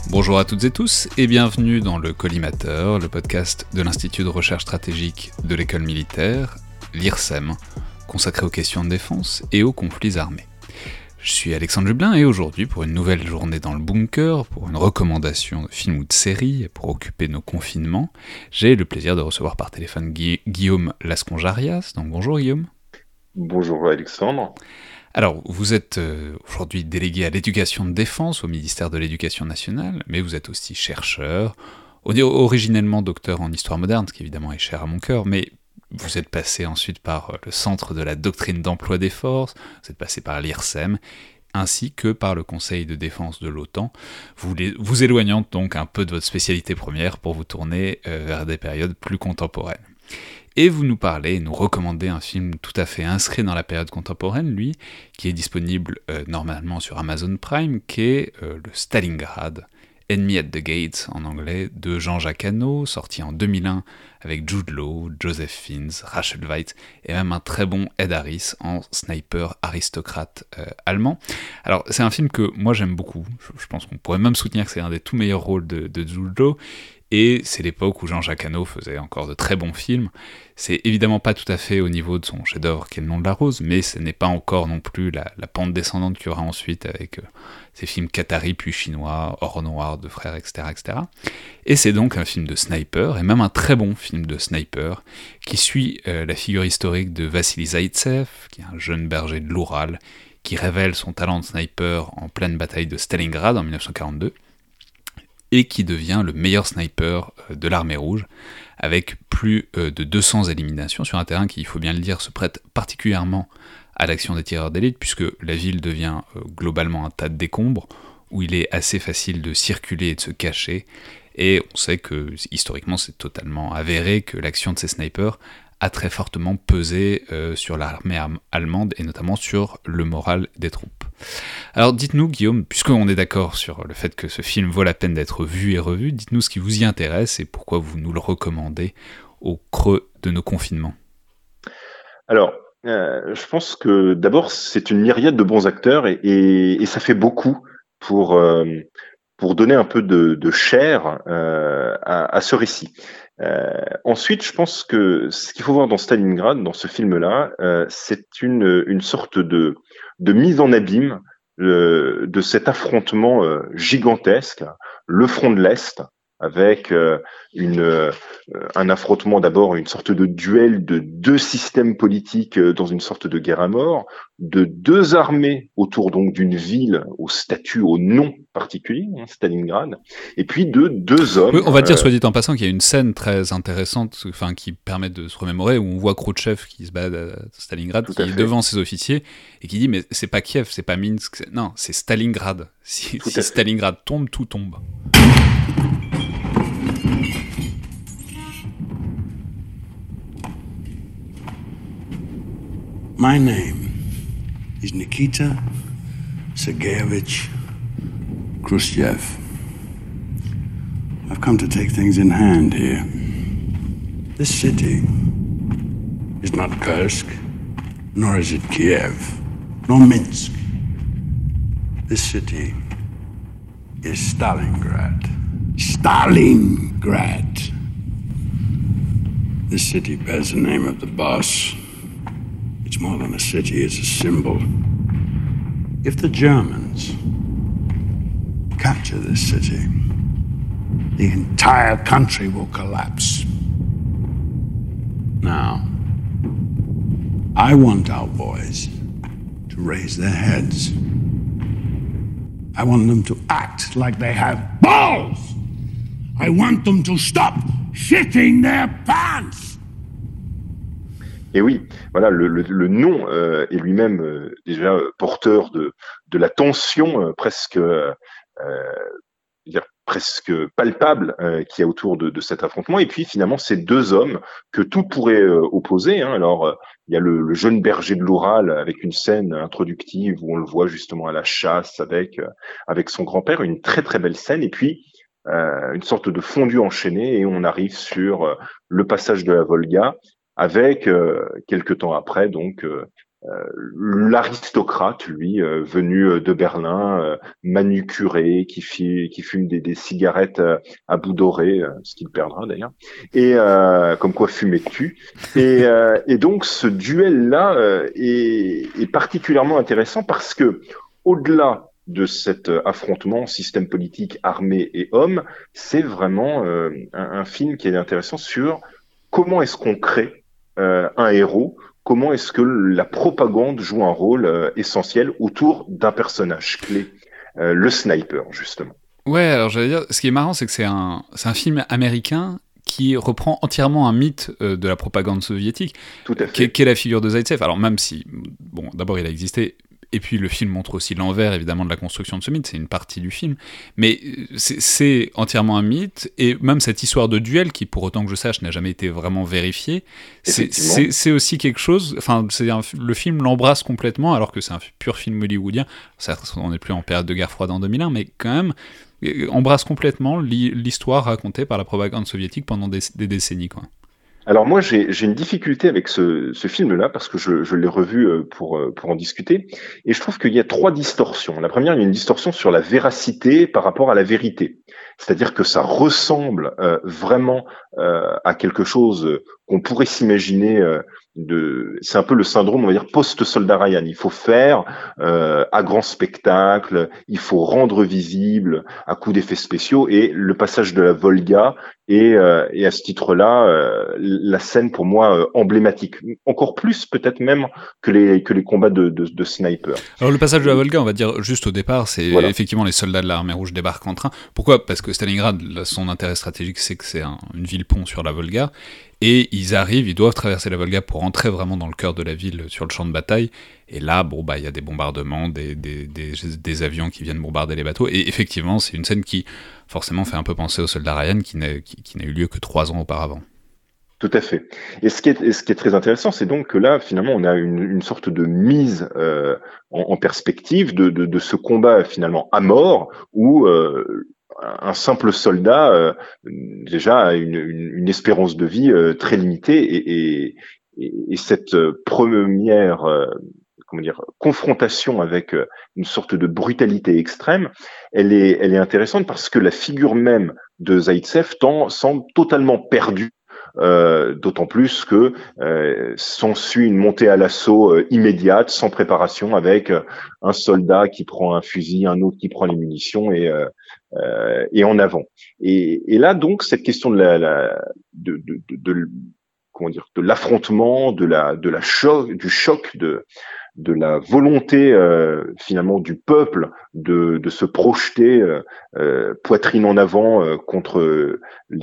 Bonjour à toutes et tous et bienvenue dans le Collimateur, le podcast de l'Institut de recherche stratégique de l'école militaire, l'IRSEM, consacré aux questions de défense et aux conflits armés. Je suis Alexandre Jublin et aujourd'hui, pour une nouvelle journée dans le bunker, pour une recommandation de film ou de série et pour occuper nos confinements, j'ai le plaisir de recevoir par téléphone Guillaume Lasconge-Arias. Donc bonjour Guillaume. Bonjour Alexandre. Alors, vous êtes aujourd'hui délégué à l'éducation de défense au ministère de l'Éducation nationale, mais vous êtes aussi chercheur, originellement docteur en histoire moderne, ce qui évidemment est cher à mon cœur, mais vous êtes passé ensuite par le Centre de la doctrine d'emploi des forces, vous êtes passé par l'IRSEM, ainsi que par le Conseil de défense de l'OTAN, vous éloignant donc un peu de votre spécialité première pour vous tourner vers des périodes plus contemporaines. Et vous nous parlez, nous recommandez un film tout à fait inscrit dans la période contemporaine, lui, qui est disponible normalement sur Amazon Prime, qui est le Stalingrad, Enemy at the Gates en anglais, de Jean-Jacques Hano, sorti en 2001 avec Jude Law, Joseph Fiennes, Rachel Weisz et même un très bon Ed Harris en sniper aristocrate allemand. Alors c'est un film que moi j'aime beaucoup, je pense qu'on pourrait même soutenir que c'est un des tout meilleurs rôles de Jude Law, et c'est l'époque où Jean-Jacques Hano faisait encore de très bons films. C'est évidemment pas tout à fait au niveau de son chef-d'œuvre qui est Le Nom de la Rose, mais ce n'est pas encore non plus la pente descendante qu'il y aura ensuite avec ces films qataris puis chinois, Or Noir, Deux Frères, etc., etc. Et c'est donc un film de sniper, et même un très bon film de sniper, qui suit la figure historique de Vassili Zaïtsev, qui est un jeune berger de l'Oural, qui révèle son talent de sniper en pleine bataille de Stalingrad en 1942, et qui devient le meilleur sniper de l'armée rouge, avec plus de 200 éliminations sur un terrain qui, il faut bien le dire, se prête particulièrement à l'action des tireurs d'élite, puisque la ville devient globalement un tas de décombres, où il est assez facile de circuler et de se cacher, et on sait que, historiquement, c'est totalement avéré que l'action de ces snipers a très fortement pesé sur l'armée allemande, et notamment sur le moral des troupes. Alors dites-nous Guillaume, puisqu'on est d'accord sur le fait que ce film vaut la peine d'être vu et revu, dites-nous ce qui vous y intéresse et pourquoi vous nous le recommandez au creux de nos confinements. Alors, je pense que d'abord c'est une myriade de bons acteurs et ça fait beaucoup pour donner un peu de chair à ce récit. Ensuite, je pense que ce qu'il faut voir dans Stalingrad, dans ce film-là, c'est une sorte de mise en abîme de cet affrontement gigantesque, le front de l'Est, avec un affrontement d'abord, une sorte de duel de deux systèmes politiques dans une sorte de guerre à mort, de deux armées autour donc d'une ville au statut, au nom particulier, Stalingrad, et puis de deux hommes. Oui, on va dire, soit dit en passant, qu'il y a une scène très intéressante, enfin qui permet de se remémorer, où on voit Khrouchtchev qui se bat à Stalingrad, qui est devant ses officiers, et qui dit mais c'est pas Kiev, c'est pas Minsk, non, c'est Stalingrad. Si Stalingrad tombe, tout tombe. My name is Nikita Sergeyevich Khrushchev. I've come to take things in hand here. This city is not Kursk, nor is it Kiev, nor Minsk. This city is Stalingrad. Stalingrad. This city bears the name of the boss. It's more than a city, it's a symbol. If the Germans capture this city, the entire country will collapse. Now, I want our boys to raise their heads. I want them to act like they have balls. I want them to stop shitting their pants. Et oui, voilà, le nom est lui-même déjà porteur de la tension presque palpable qu'il y a autour de cet affrontement. Et puis finalement, ces deux hommes que tout pourrait opposer. Alors, il y a le jeune berger de l'Oural avec une scène introductive où on le voit justement à la chasse avec son grand-père, une très très belle scène. Et puis une sorte de fondu enchaîné et on arrive sur le passage de la Volga avec quelques temps après donc l'aristocrate, lui, venu de Berlin, manucuré, qui fume des cigarettes à bout doré, ce qu'il perdra d'ailleurs, et comme quoi fumer tue. Et donc ce duel-là est particulièrement intéressant parce que au-delà de cet affrontement système politique, armée et homme, c'est vraiment un film qui est intéressant sur comment est-ce qu'on crée un héros, comment est-ce que la propagande joue un rôle essentiel autour d'un personnage clé, le sniper, justement. Ouais, alors j'allais dire, ce qui est marrant, c'est que c'est un film américain qui reprend entièrement un mythe de la propagande soviétique, Tout à fait. qui est la figure de Zaïtsev. Alors même si, bon, d'abord il a existé, et puis le film montre aussi l'envers, évidemment, de la construction de ce mythe, c'est une partie du film, mais c'est entièrement un mythe, et même cette histoire de duel, qui pour autant que je sache n'a jamais été vraiment vérifiée, c'est aussi quelque chose, enfin, le film l'embrasse complètement, alors que c'est un pur film hollywoodien, certes on n'est plus en période de guerre froide en 2001, mais quand même, embrasse complètement l'histoire racontée par la propagande soviétique pendant des décennies, quoi. Alors moi, j'ai une difficulté avec ce film-là parce que je l'ai revu pour en discuter et je trouve qu'il y a trois distorsions. La première, il y a une distorsion sur la véracité par rapport à la vérité, c'est-à-dire que ça ressemble vraiment à quelque chose qu'on pourrait s'imaginer c'est un peu le syndrome, on va dire, post-soldat Ryan. Il faut faire à grand spectacle, il faut rendre visible à coups d'effets spéciaux et le passage de la Volga et à ce titre-là, la scène pour moi emblématique, encore plus peut-être même que les combats de sniper. Alors le passage de la Volga, on va dire juste au départ, c'est effectivement les soldats de l'armée rouge débarquent en train. Pourquoi ? Parce que Stalingrad, son intérêt stratégique, c'est que c'est une ville-pont sur la Volga, et ils doivent traverser la Volga pour entrer vraiment dans le cœur de la ville sur le champ de bataille. Et là, bon bah il y a des bombardements, des avions qui viennent bombarder les bateaux. Et effectivement, c'est une scène qui forcément fait un peu penser au soldat Ryan, qui n'a eu lieu que 3 ans auparavant. Tout à fait. Et ce qui est très intéressant, c'est donc que là, finalement, on a une sorte de mise en perspective de ce combat finalement à mort, où un simple soldat déjà a une espérance de vie très limitée, et cette première comment dire, confrontation avec une sorte de brutalité extrême, elle est intéressante parce que la figure même de Zaïtsev semble totalement perdue. D'autant plus que s'ensuit une montée à l'assaut immédiate, sans préparation, avec un soldat qui prend un fusil, un autre qui prend les munitions et en avant. Et là donc cette question de comment dire, de l'affrontement, du choc, de la volonté finalement du peuple de se projeter poitrine en avant contre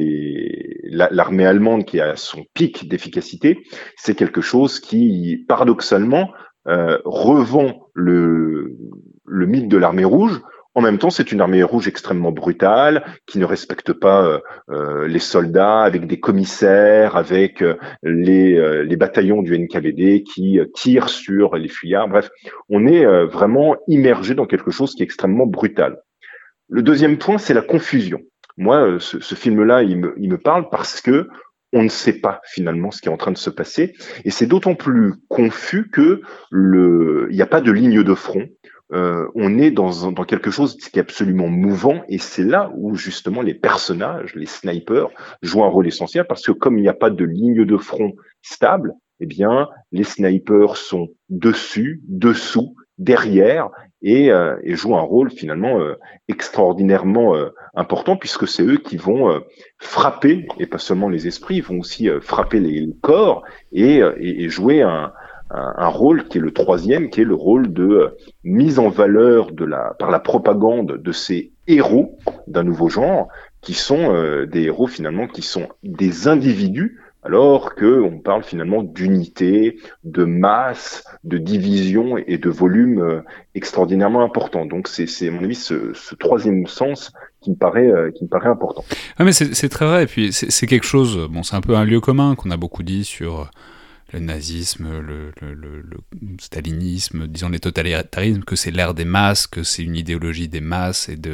l'armée allemande qui est à son pic d'efficacité, c'est quelque chose qui paradoxalement revend le mythe de l'armée rouge. En même temps, c'est une armée rouge extrêmement brutale, qui ne respecte pas les soldats, avec des commissaires, avec les bataillons du NKVD qui tirent sur les fuyards. Bref, on est vraiment immergé dans quelque chose qui est extrêmement brutal. Le deuxième point, c'est la confusion. Moi, ce film-là, il me parle parce que on ne sait pas finalement ce qui est en train de se passer, et c'est d'autant plus confus que il n'y a pas de ligne de front. On est dans quelque chose qui est absolument mouvant, et c'est là où justement les personnages, les snipers, jouent un rôle essentiel, parce que comme il n'y a pas de ligne de front stable, eh bien les snipers sont dessus, dessous, derrière, et jouent un rôle finalement extraordinairement important, puisque c'est eux qui vont frapper, et pas seulement les esprits, ils vont aussi frapper les corps et jouer un rôle qui est le troisième, qui est le rôle de mise en valeur par la propagande de ces héros d'un nouveau genre, qui sont des héros finalement qui sont des individus, alors que on parle finalement d'unité, de masse, de division et de volume extraordinairement important. Donc c'est à mon avis ce troisième sens qui me paraît important. Ah mais c'est très vrai, et puis c'est quelque chose, bon c'est un peu un lieu commun qu'on a beaucoup dit sur le nazisme, le stalinisme, disons les totalitarismes, que c'est l'ère des masses, que c'est une idéologie des masses et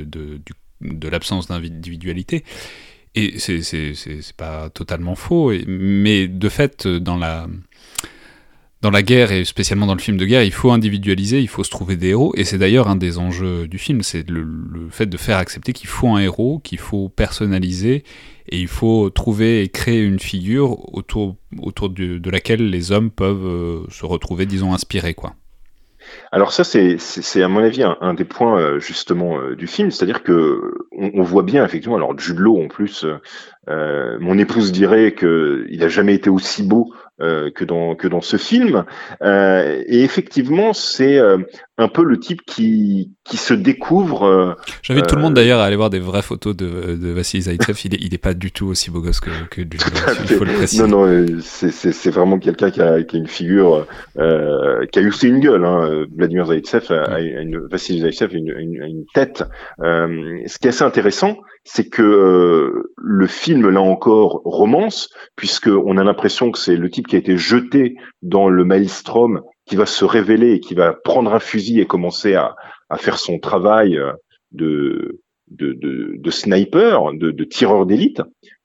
de l'absence d'individualité. Et c'est pas totalement faux, mais de fait, dans dans la guerre, et spécialement dans le film de guerre, il faut individualiser, il faut se trouver des héros, et c'est d'ailleurs un des enjeux du film, c'est le fait de faire accepter qu'il faut un héros, qu'il faut personnaliser, et il faut trouver et créer une figure autour de laquelle les hommes peuvent se retrouver, disons, inspirés, quoi. Alors ça, c'est à mon avis un des points justement du film, c'est-à-dire que on voit bien effectivement. Alors Jude Law en plus, mon épouse dirait que il a jamais été aussi beau que dans ce film. Et effectivement, c'est un peu le type qui se découvre. J'invite tout le monde d'ailleurs à aller voir des vraies photos de Vassili Zaïtsev. Il est pas du tout aussi beau gosse que Jude Law, il faut le préciser. Non, c'est vraiment quelqu'un qui a une figure, qui a aussi une gueule. Hein. Vladimir Zaïtsev Vassili Zaïtsev a une tête. Ce qui est assez intéressant, c'est que le film, là encore, romance, puisque on a l'impression que c'est le type qui a été jeté dans le maelstrom, qui va se révéler et qui va prendre un fusil et commencer à faire son travail de sniper, de tireur d'élite.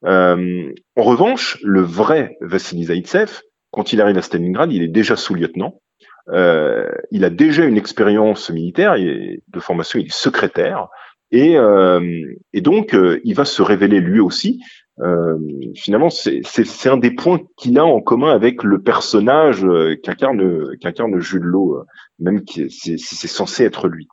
En revanche, le vrai Vassili Zaïtsev, quand il arrive à Stalingrad, il est déjà sous-lieutenant. Il a déjà une expérience militaire, de formation, il est secrétaire. Et donc, il va se révéler lui aussi. Finalement, c'est un des points qu'il a en commun avec le personnage qu'incarne Jude Law, même qui c'est censé être lui.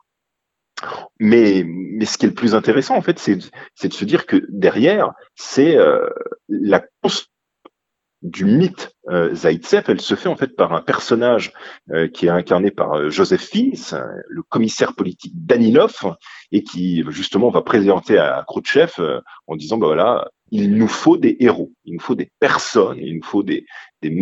Mais ce qui est le plus intéressant, en fait, c'est de se dire que derrière, c'est la construction du mythe Zaïtsev, elle se fait en fait par un personnage qui est incarné par Joseph Fiennes, le commissaire politique Danilov, et qui justement va présenter à Khrouchtchev en disant bah voilà, il nous faut des héros, il nous faut des personnes, il nous faut des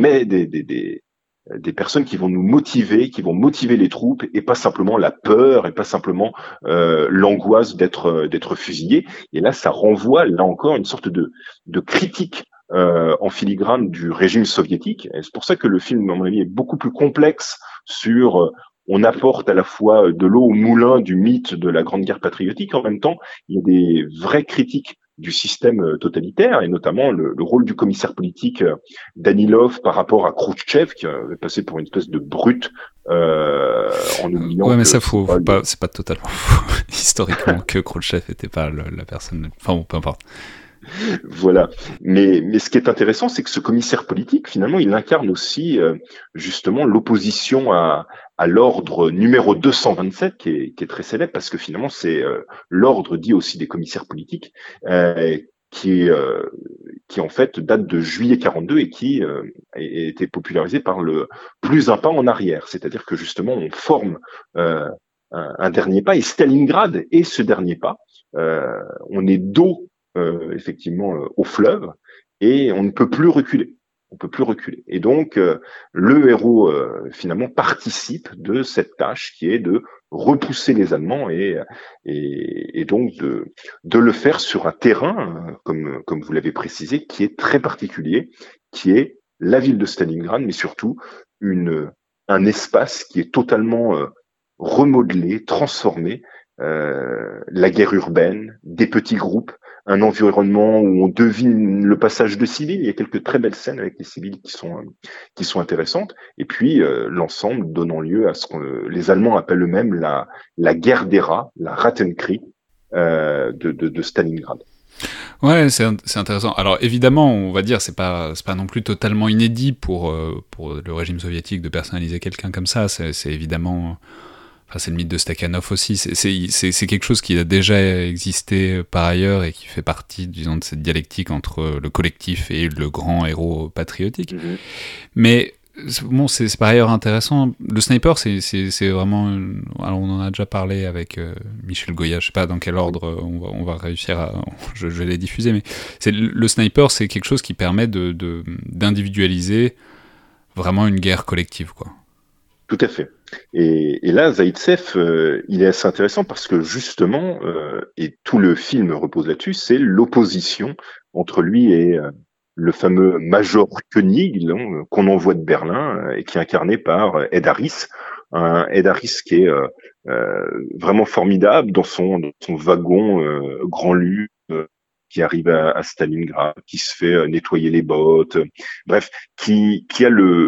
personnes qui vont nous motiver, qui vont motiver les troupes, et pas simplement la peur, et pas simplement l'angoisse d'être fusillé. Et là, ça renvoie là encore une sorte de critique en filigrane du régime soviétique. Et c'est pour ça que le film, à mon avis, est beaucoup plus complexe sur on apporte à la fois de l'eau au moulin du mythe de la Grande Guerre patriotique. En même temps, il y a des vraies critiques du système totalitaire, et notamment le rôle du commissaire politique Danilov par rapport à Khrouchtchev, qui avait passé pour une espèce de brute en oubliant. Ouais, mais ça, c'est pas totalement faux, historiquement, que Khrouchtchev n'était pas la personne. Enfin bon, peu importe. Voilà. Mais ce qui est intéressant, c'est que ce commissaire politique, finalement, il incarne aussi justement l'opposition à l'ordre numéro 227, qui est très célèbre, parce que finalement, c'est l'ordre dit aussi des commissaires politiques, qui en fait date de juillet 42 et qui a été popularisé par le plus un pas en arrière. C'est-à-dire que justement, on forme un dernier pas, et Stalingrad est ce dernier pas. On est dos effectivement au fleuve, et on ne peut plus reculer. On peut plus reculer. Et donc, le héros, finalement, participe de cette tâche qui est de repousser les Allemands et donc de le faire sur un terrain, comme vous l'avez précisé, qui est très particulier, qui est la ville de Stalingrad, mais surtout un espace qui est totalement remodelé, transformé, la guerre urbaine, des petits groupes, un environnement où on devine le passage de civils. Il y a quelques très belles scènes avec les civils qui sont intéressantes. Et puis l'ensemble donnant lieu à ce que les Allemands appellent eux-mêmes la guerre des rats, la Rattenkrieg de Stalingrad. Ouais, c'est intéressant. Alors évidemment, on va dire c'est pas non plus totalement inédit pour le régime soviétique de personnaliser quelqu'un comme ça. C'est évidemment. Enfin, c'est le mythe de Stakhanov aussi. C'est quelque chose qui a déjà existé par ailleurs et qui fait partie, disons, de cette dialectique entre le collectif et le grand héros patriotique. Mm-hmm. Mais bon, c'est par ailleurs intéressant. Le sniper, c'est vraiment. Alors, on en a déjà parlé avec Michel Goya. Je sais pas dans quel ordre on va réussir à. Je vais les diffuser, mais le sniper, c'est quelque chose qui permet d'individualiser vraiment une guerre collective, quoi. Tout à fait. Et là, Zaïtsev, il est assez intéressant parce que justement, et tout le film repose là-dessus, c'est l'opposition entre lui et le fameux Major Koenig, qu'on envoie de Berlin, et qui est incarné par Ed Harris. Ed Harris qui est vraiment formidable dans son wagon Grand Lu, qui arrive à Stalingrad, qui se fait nettoyer les bottes, bref, qui a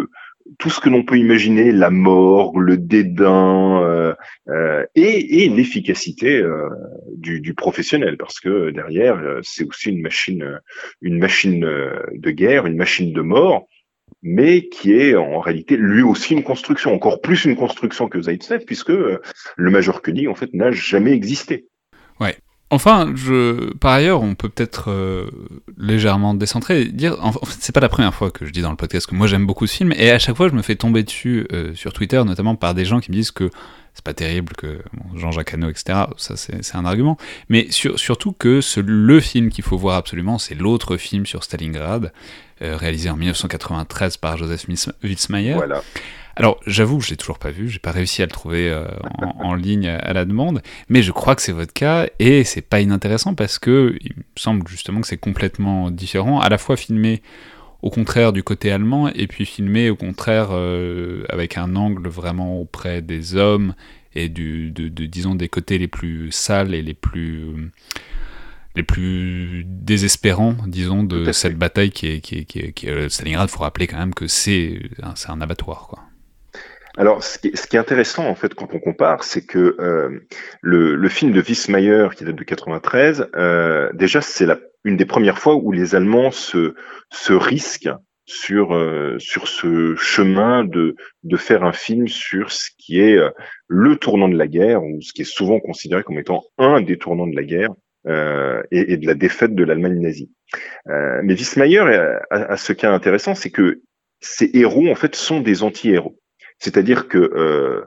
tout ce que l'on peut imaginer, la morgue, le dédain et l'efficacité du professionnel, parce que derrière, c'est aussi une machine de guerre, une machine de mort, mais qui est en réalité lui aussi une construction, encore plus une construction que Zaïtsev, puisque le Major Koenig en fait n'a jamais existé. Ouais. Enfin, par ailleurs, on peut peut-être légèrement décentrer et dire, en fait, c'est pas la première fois que je dis dans le podcast que moi j'aime beaucoup ce film, et à chaque fois je me fais tomber dessus sur Twitter, notamment par des gens qui me disent que c'est pas terrible, que Jean-Jacques Hano, etc., ça c'est un argument, mais surtout que le film qu'il faut voir absolument, c'est l'autre film sur Stalingrad, réalisé en 1993 par Joseph Witzmayer. Voilà. Alors, j'avoue, je l'ai toujours pas vu, j'ai pas réussi à le trouver en ligne à la demande, mais je crois que c'est votre cas, et c'est pas inintéressant parce que il me semble justement que c'est complètement différent, à la fois filmé au contraire du côté allemand, et puis filmé au contraire avec un angle vraiment auprès des hommes, et disons des côtés les plus sales et les plus désespérants, disons, de cette bataille qui est Stalingrad. Il faut rappeler quand même que c'est un abattoir, quoi. Alors, ce qui est intéressant, en fait, quand on compare, c'est que le film de Wiesmayer, qui date de 93, déjà, c'est une des premières fois où les Allemands se risquent sur ce chemin de faire un film sur ce qui est le tournant de la guerre, ou ce qui est souvent considéré comme étant un des tournants de la guerre, et de la défaite de l'Allemagne nazie. Mais Wiesmayer a ce qui est intéressant, c'est que ces héros, en fait, sont des anti-héros. C'est-à-dire que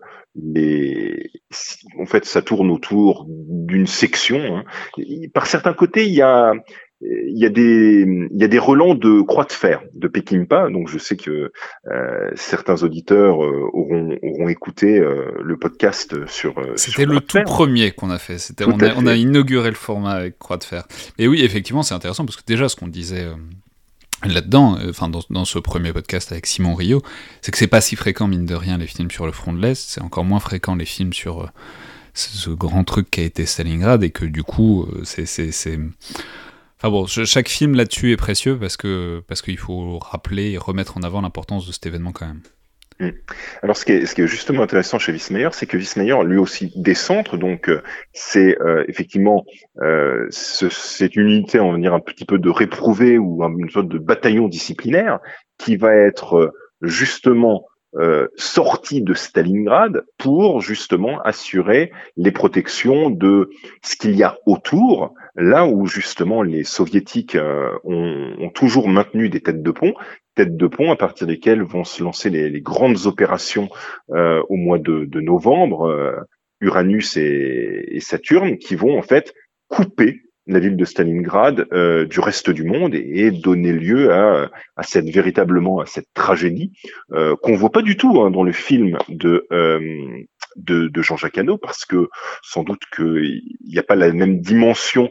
en fait, ça tourne autour d'une section. Hein. Par certains côtés, il y a des relents de croix de fer de Peckinpah. Donc, je sais que certains auditeurs auront écouté le podcast sur. C'était le tout premier qu'on a fait. On a inauguré le format avec croix de fer. Et oui, effectivement, c'est intéressant parce que déjà, ce qu'on disait. Là-dedans, enfin dans ce premier podcast avec Simon Rio, c'est que c'est pas si fréquent, mine de rien, les films sur le front de l'Est, c'est encore moins fréquent les films sur ce grand truc qui a été Stalingrad, et que du coup, c'est... Enfin bon, chaque film là-dessus est précieux parce qu'il faut rappeler et remettre en avant l'importance de cet événement quand même. Alors, ce qui est justement intéressant chez Wiesmayer, c'est que Wiesmayer, lui aussi, décentre. Donc, c'est effectivement cette unité, on va dire, un petit peu de réprouvé ou une sorte de bataillon disciplinaire qui va être justement sorti de Stalingrad pour justement assurer les protections de ce qu'il y a autour, là où justement les soviétiques ont toujours maintenu des têtes de pont à partir desquelles vont se lancer les grandes opérations au mois de novembre, Uranus et Saturne, qui vont en fait couper la ville de Stalingrad du reste du monde et donner lieu à véritablement cette tragédie qu'on voit pas du tout dans le film de Jean-Jacques Hano, parce que sans doute qu'il n'y a pas la même dimension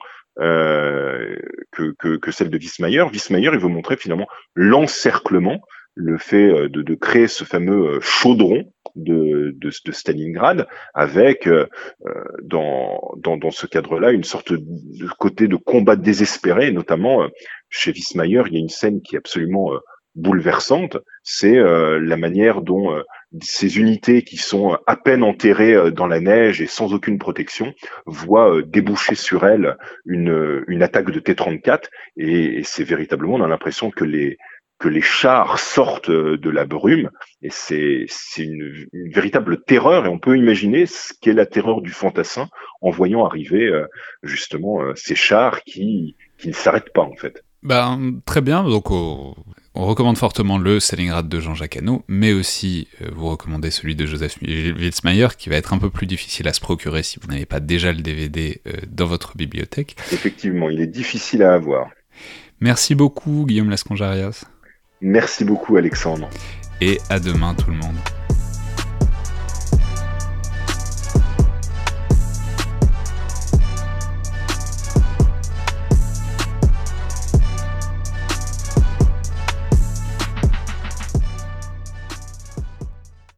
que celle de Wiesmayer. Wiesmayer, il veut montrer finalement l'encerclement, le fait de créer ce fameux chaudron de Stalingrad, avec dans ce cadre-là une sorte de côté de combat désespéré, notamment chez Wiesmayer, il y a une scène qui est absolument bouleversante, c'est la manière dont ces unités qui sont à peine enterrées dans la neige et sans aucune protection voient déboucher sur elles une attaque de T-34, et c'est véritablement, on a l'impression que les chars sortent de la brume, et c'est une véritable terreur, et on peut imaginer ce qu'est la terreur du fantassin en voyant arriver justement ces chars qui ne s'arrêtent pas en fait. Très bien, donc on recommande fortement le Stalingrad de Jean-Jacques Hano, mais aussi vous recommandez celui de Joseph Witzmayer, qui va être un peu plus difficile à se procurer si vous n'avez pas déjà le DVD dans votre bibliothèque. Effectivement, il est difficile à avoir. Merci beaucoup Guillaume Lasconjarias. Merci beaucoup Alexandre. Et à demain tout le monde.